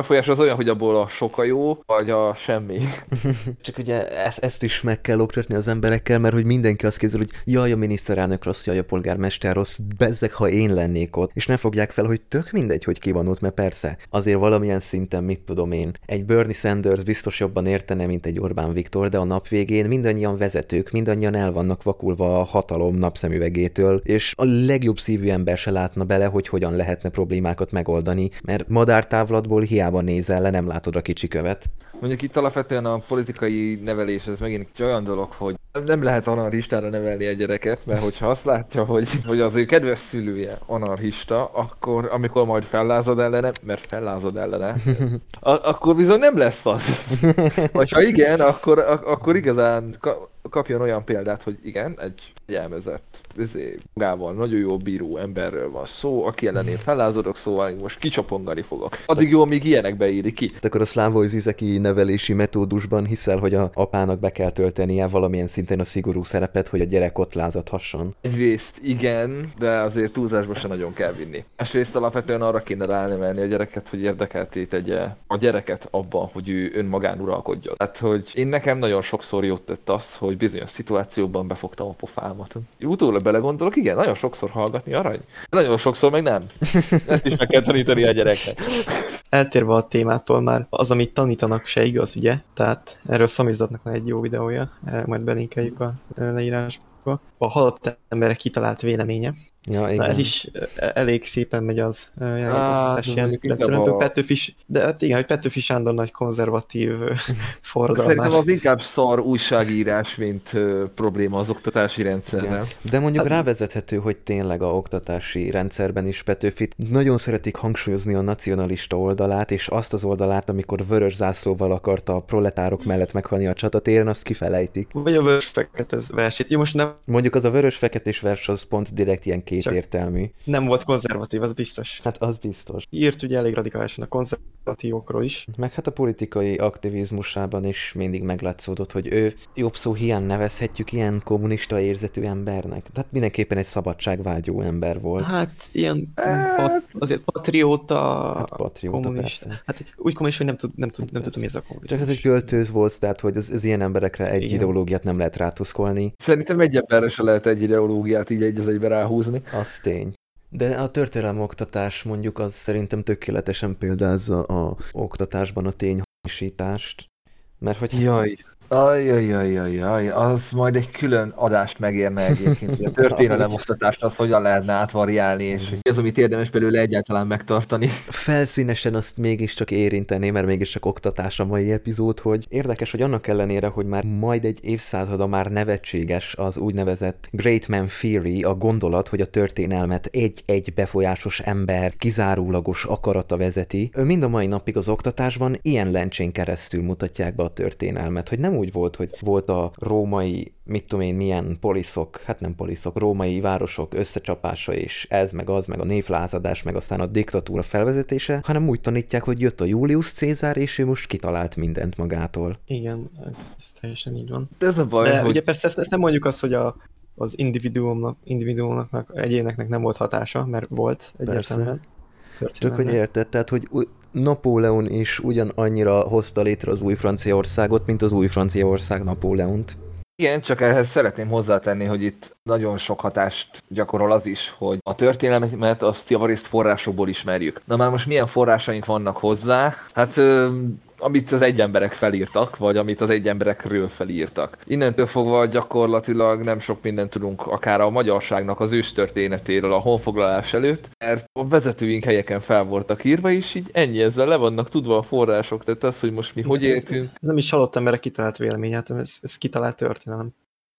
olyan, hogy abból a sok a jó, vagy a semmi. Csak ugye ezt is meg kell oktatni az emberekkel, mert hogy mindenki azt képzel, hogy jaj, a miniszterelnök rossz, jaj, a polgármester rossz, bezzeg, ha én lennék ott. És ne fogják fel, hogy tök mindegy, hogy ki van ott, mert persze, azért valamilyen szinten, mit tudom én, egy Bernie Sanders biztos jobban értene, mint egy Orbán Viktor, de a nap végén mindannyian vezetők, mindannyian el vannak vakulva a hatalom napszemüvegétől, és a legjobb szívű ember se látna bele, hogy hogyan lehetne problémákat megoldani, mert madártávlatból hiába nézel le, nem látod a kicsi követ. Mondjuk itt alapvetően a politikai nevelés, ez megint egy olyan dolog, hogy nem lehet anarchistára nevelni egy gyereket, mert hogyha azt látja, hogy az ő kedves szülője anarchista, akkor amikor majd fellázad ellene, mert fellázad ellene, akkor bizony nem lesz az. Vagy ha igen, akkor igazán kapjon olyan példát, hogy igen, egy elmezett, magával nagyon jó bíró emberről van szó, aki ellenén fellázadok, szóval most kicsapongani fogok. Addig jó, míg ilyenekbe éri ki. Akkor a Slavoj Zizeki nevelési metódusban hiszel, hogy a apának be kell töltenie valamilyen szinten a szigorú szerepet, hogy a gyerek ott lázadhasson? Egyrészt igen, de azért túlzásba se nagyon kell vinni. Másrészt alapvetően arra kéne ránevelni a gyereket, hogy érdekelté tegye a gyereket abban, hogy ő önmagán uralkodjon. Tehát, hogy én nekem nagyon sokszor jót tett az, hogy bizonyos szituációban befogtam a pofámat. Utólag belegondolok, igen, nagyon sokszor hallgatni arany, de nagyon sokszor meg nem. Ezt is meg kell tanítani a gyereknek. Eltérve a témától már az, amit tanítanak, se igaz, ugye? Tehát erről Szamizdatnak van egy jó videója, majd belinkeljük a leírásba. A halott emberek kitalált véleménye. Ja, igen. Na ez is elég szépen megy az oktatás ilyen de hát igen, hogy Petőfi Sándor nagy konzervatív forradalmár. Szerintem az inkább szar újságírás, mint probléma az oktatási rendszerrel. Igen. De mondjuk rávezethető, hogy tényleg a oktatási rendszerben is Petőfit nagyon szeretik hangsúlyozni a nacionalista oldalát, és azt az oldalát, amikor vörös zászlóval akarta a proletárok mellett meghalni a csatatéren, azt kifelejtik. Vagy a vörös-fekete versét. Jó, most nem... Mondjuk az a vörös-feketés vers az pont direkt ilyen kétértelmű. Nem volt konzervatív, az biztos. Hát az biztos. Írt ugye elég radikálisan a konzervatívokról is. Meg hát a politikai aktivizmusában is mindig meglátszódott, hogy ő jobb szó hiány nevezhetjük ilyen kommunista érzetű embernek. Tehát mindenképpen egy szabadságvágyó ember volt. Hát ilyen azért patrióta, kommunista. Persze. Hát úgy kommunista, hogy nem tudom, mi ez a kommunista. Csak ez egy költőz volt, tehát hogy az ilyen emberekre egy ideológiát nem lehet rátuszkolni. Szerintem egy emberre se lehet egy ideológiát így egy az egybe ráhúzni. Az tény. De a történelmi oktatás mondjuk az szerintem tökéletesen példázza a oktatásban a tényhamisítást. Mert hogy... Jaj, az majd egy külön adást megérne egyébként, hogy a történelem oktatást az hogyan lehetne átvariálni, és ez, amit érdemes belőle egyáltalán megtartani. Felszínesen azt mégiscsak érinteni, mert mégiscsak oktatás a mai epizód, hogy érdekes, hogy annak ellenére, hogy már majd egy évszázada már nevetséges az úgynevezett Great Man Theory, a gondolat, hogy a történelmet egy befolyásos ember kizárólagos akarata vezeti, mind a mai napig az oktatásban ilyen lencsén keresztül mutatják be a történelmet, hogy nem úgy volt, hogy volt a római, mit tudom én, milyen poliszok, hát nem poliszok, római városok összecsapása, és ez, meg az, meg a névlázadás, meg aztán a diktatúra felvezetése, hanem úgy tanítják, hogy jött a Julius Cézár, és ő most kitalált mindent magától. Igen, ez teljesen így van. De ez a baj, de hogy... ugye persze ezt nem mondjuk azt, hogy az individuumnak, egyéneknek nem volt hatása, mert volt egyértelműen. Csak hogy érted, tehát, hogy Napóleon is ugyanannyira hozta létre az új Franciaországot, mint az új Franciaország Napóleont. Igen, csak ehhez szeretném hozzátenni, hogy itt nagyon sok hatást gyakorol az is, hogy a történelmet azt javarészt forrásokból ismerjük. Na már most milyen forrásaink vannak hozzá? Hát... amit az egyemberek felírtak, vagy amit az egyemberekről felírtak. Innentől fogva gyakorlatilag nem sok mindent tudunk akár a magyarságnak az őstörténetéről a honfoglalás előtt, mert a vezetőink helyeken fel voltak írva, és így ennyi, ezzel le vannak tudva a források, tehát az, hogy most mi hogy éltünk. Ez nem is halott emberek kitalált véleményét, ez kitalált történelem.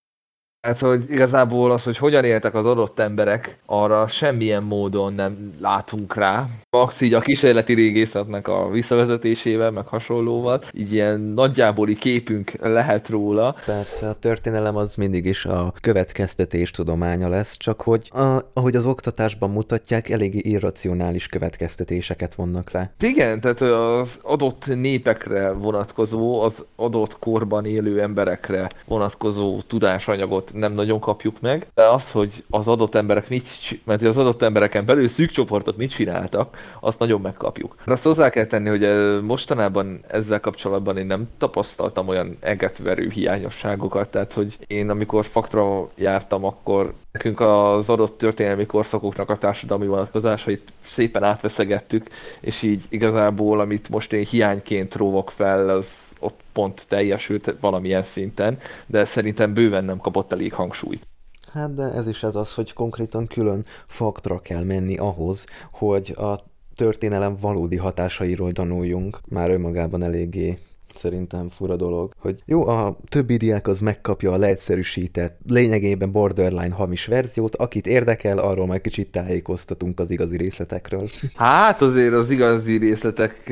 Hát, hogy igazából az, hogy hogyan éltek az adott emberek, arra semmilyen módon nem látunk rá. Max így a kísérleti régészetnek a visszavezetésével, meg hasonlóval, így ilyen nagyjáboli képünk lehet róla. Persze, a történelem az mindig is a következtetés tudománya lesz, csak hogy ahogy az oktatásban mutatják, elég irracionális következtetéseket vonnak le. Igen, tehát az adott népekre vonatkozó, az adott korban élő emberekre vonatkozó tudásanyagot nem nagyon kapjuk meg, de az, hogy az adott emberek mert az adott embereken belül szűk csoportok mit csináltak, azt nagyon megkapjuk. Azt hozzá kell tenni, hogy mostanában ezzel kapcsolatban én nem tapasztaltam olyan egetverő hiányosságokat, tehát hogy én amikor faktra jártam, akkor nekünk az adott történelmi korszakoknak a társadalmi vonatkozásait szépen átveszegettük, és így igazából, amit most én hiányként róvok fel, az ott pont teljesült valamilyen szinten, de szerintem bőven nem kapott elég hangsúlyt. Hát de ez is az, hogy konkrétan külön faktra kell menni ahhoz, hogy a történelem valódi hatásairól tanuljunk. Már önmagában eléggé szerintem fura dolog, hogy jó, a többi diák az megkapja a leegyszerűsített, lényegében borderline hamis verziót, akit érdekel, arról majd kicsit tájékoztatunk az igazi részletekről. Hát azért az igazi részletek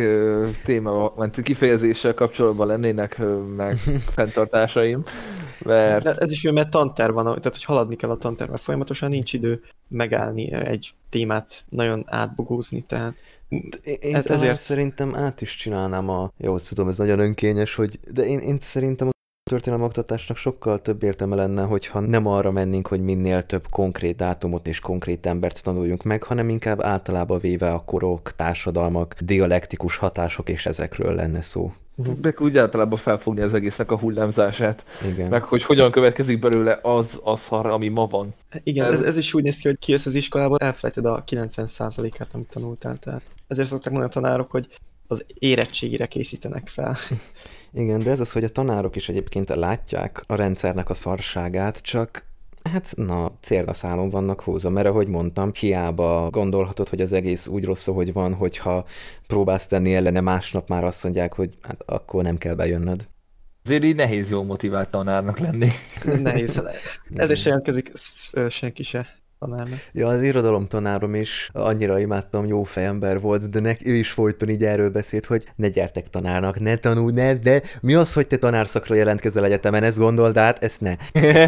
kifejezéssel kapcsolatban lennének meg fenntartásaim, mert... De ez is jó, mert tanterv van, tehát hogy haladni kell a tantervvel, folyamatosan nincs idő megállni egy témát nagyon átbogózni, tehát... Én ezért szerintem át is csinálnám jó, tudom, ez nagyon önkényes, de én szerintem a történelmoktatásnak sokkal több értelme lenne, hogyha nem arra mennénk, hogy minél több konkrét dátumot és konkrét embert tanuljunk meg, hanem inkább általában véve a korok, társadalmak, dialektikus hatások és ezekről lenne szó. Meg úgy általában felfogni az egésznek a hullámzását. Igen. Meg hogy hogyan következik belőle az a szar, ami ma van. Igen, ez is úgy néz ki, hogy kijössz az iskolából, elfelejted a 90%-át, amit tanultál. Tehát ezért szokták mondani a tanárok, hogy az érettségire készítenek fel. Igen, de ez az, hogy a tanárok is egyébként látják a rendszernek a szarságát, csak hát célnaszálon vannak húzva, mert ahogy mondtam, hiába gondolhatod, hogy az egész úgy rossz, hogy van, hogyha próbálsz tenni ellene, másnap már azt mondják, hogy hát akkor nem kell bejönnöd. Azért így nehéz jól motivált tanárnak lenni. Nehéz. Ezért se jelentkezik senki se tanárnak. Ja, az irodalom tanárom is annyira imádtam, jó fejember volt, de ő is folyton így erről beszélt, hogy ne gyertek tanárnak, ne tanulj, de mi az, hogy te tanárszakra jelentkezel egyetemen, ezt gondold át, ezt ne.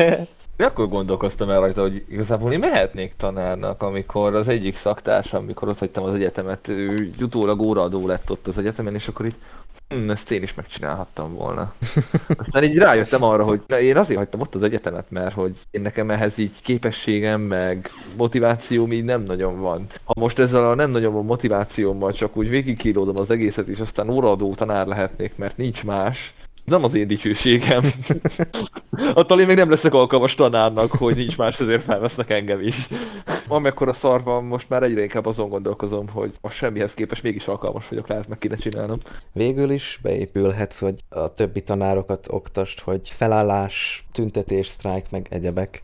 De akkor gondolkoztam el rajta, hogy igazából én mehetnék tanárnak, amikor az egyik szaktársam, amikor ott hagytam az egyetemet, ő utólag óraadó lett ott az egyetemen, és akkor így ezt én is megcsinálhattam volna. Aztán így rájöttem arra, hogy én azért hagytam ott az egyetemet, mert hogy én nekem ehhez így képességem, meg motivációm így nem nagyon van. Ha most ezzel a nem nagyon van motivációmmal csak úgy végigkílódom az egészet, és aztán óraadó tanár lehetnék, mert nincs más, nem az én dicsőségem. Attól én még nem leszek alkalmas tanárnak, hogy nincs más, ezért felvesznek engem is. Amekkora szar van, most már egyre inkább azon gondolkozom, hogy a semmihez képest mégis alkalmas vagyok, lehet meg kéne csinálnom. Végül is beépülhetsz, hogy a többi tanárokat oktasd, hogy felállás, tüntetés, sztrájk, meg egyebek.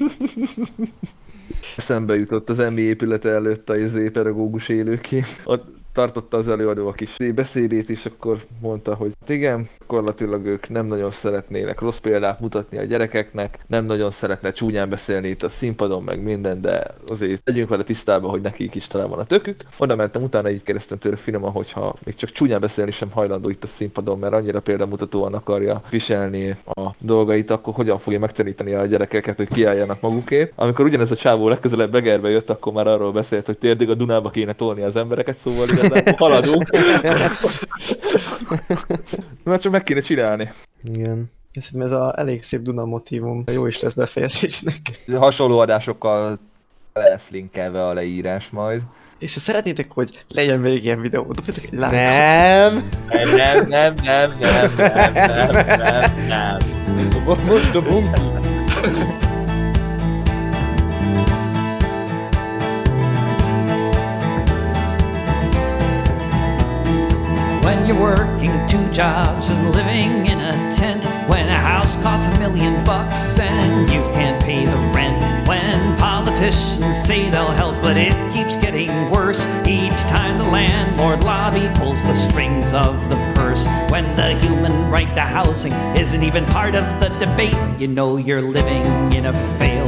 Eszembe jutott az MI épülete előtt a pedagógus élőkép. Ott tartotta az előadó a kis beszédét, és akkor mondta, hogy igen, gyakorlatilag ők nem nagyon szeretnének rossz példát mutatni a gyerekeknek, nem nagyon szeretne csúnyán beszélni itt a színpadon, meg minden, de azért tegyünk vele tisztába, hogy nekik is talán van a tökük. Oda mentem, utána így kérdeztem tőle finoman, hogyha még csak csúnyán beszélni sem hajlandó itt a színpadon, mert annyira példamutatóan akarja viselni a dolgait, akkor hogyan fogja megtanítani a gyerekeket, hogy kiálljanak magukért. Amikor ugyanez a csávó legközelebb Begerbe jött, akkor már arról beszélt, hogy térdig a Dunába kéne tolni az embereket, szóval igazából haladunk. Már csak meg kéne csinálni. Igen. Szerintem ez a elég szép Duna motívum, jó is lesz befejezésnek. Hasonló adásokkal lesz linkelve a leírás majd. És ha szeretnétek, hogy legyen még ilyen videó, dobjatok egy like. Nem! Nem. Most dobunk! When you're working 2 jobs and living in a tent, when a house costs $1 million and you can't pay the rent, when politicians say they'll help but it keeps getting worse each time the landlord lobby pulls the strings of the purse, when the human right to housing isn't even part of the debate, you know you're living in a failed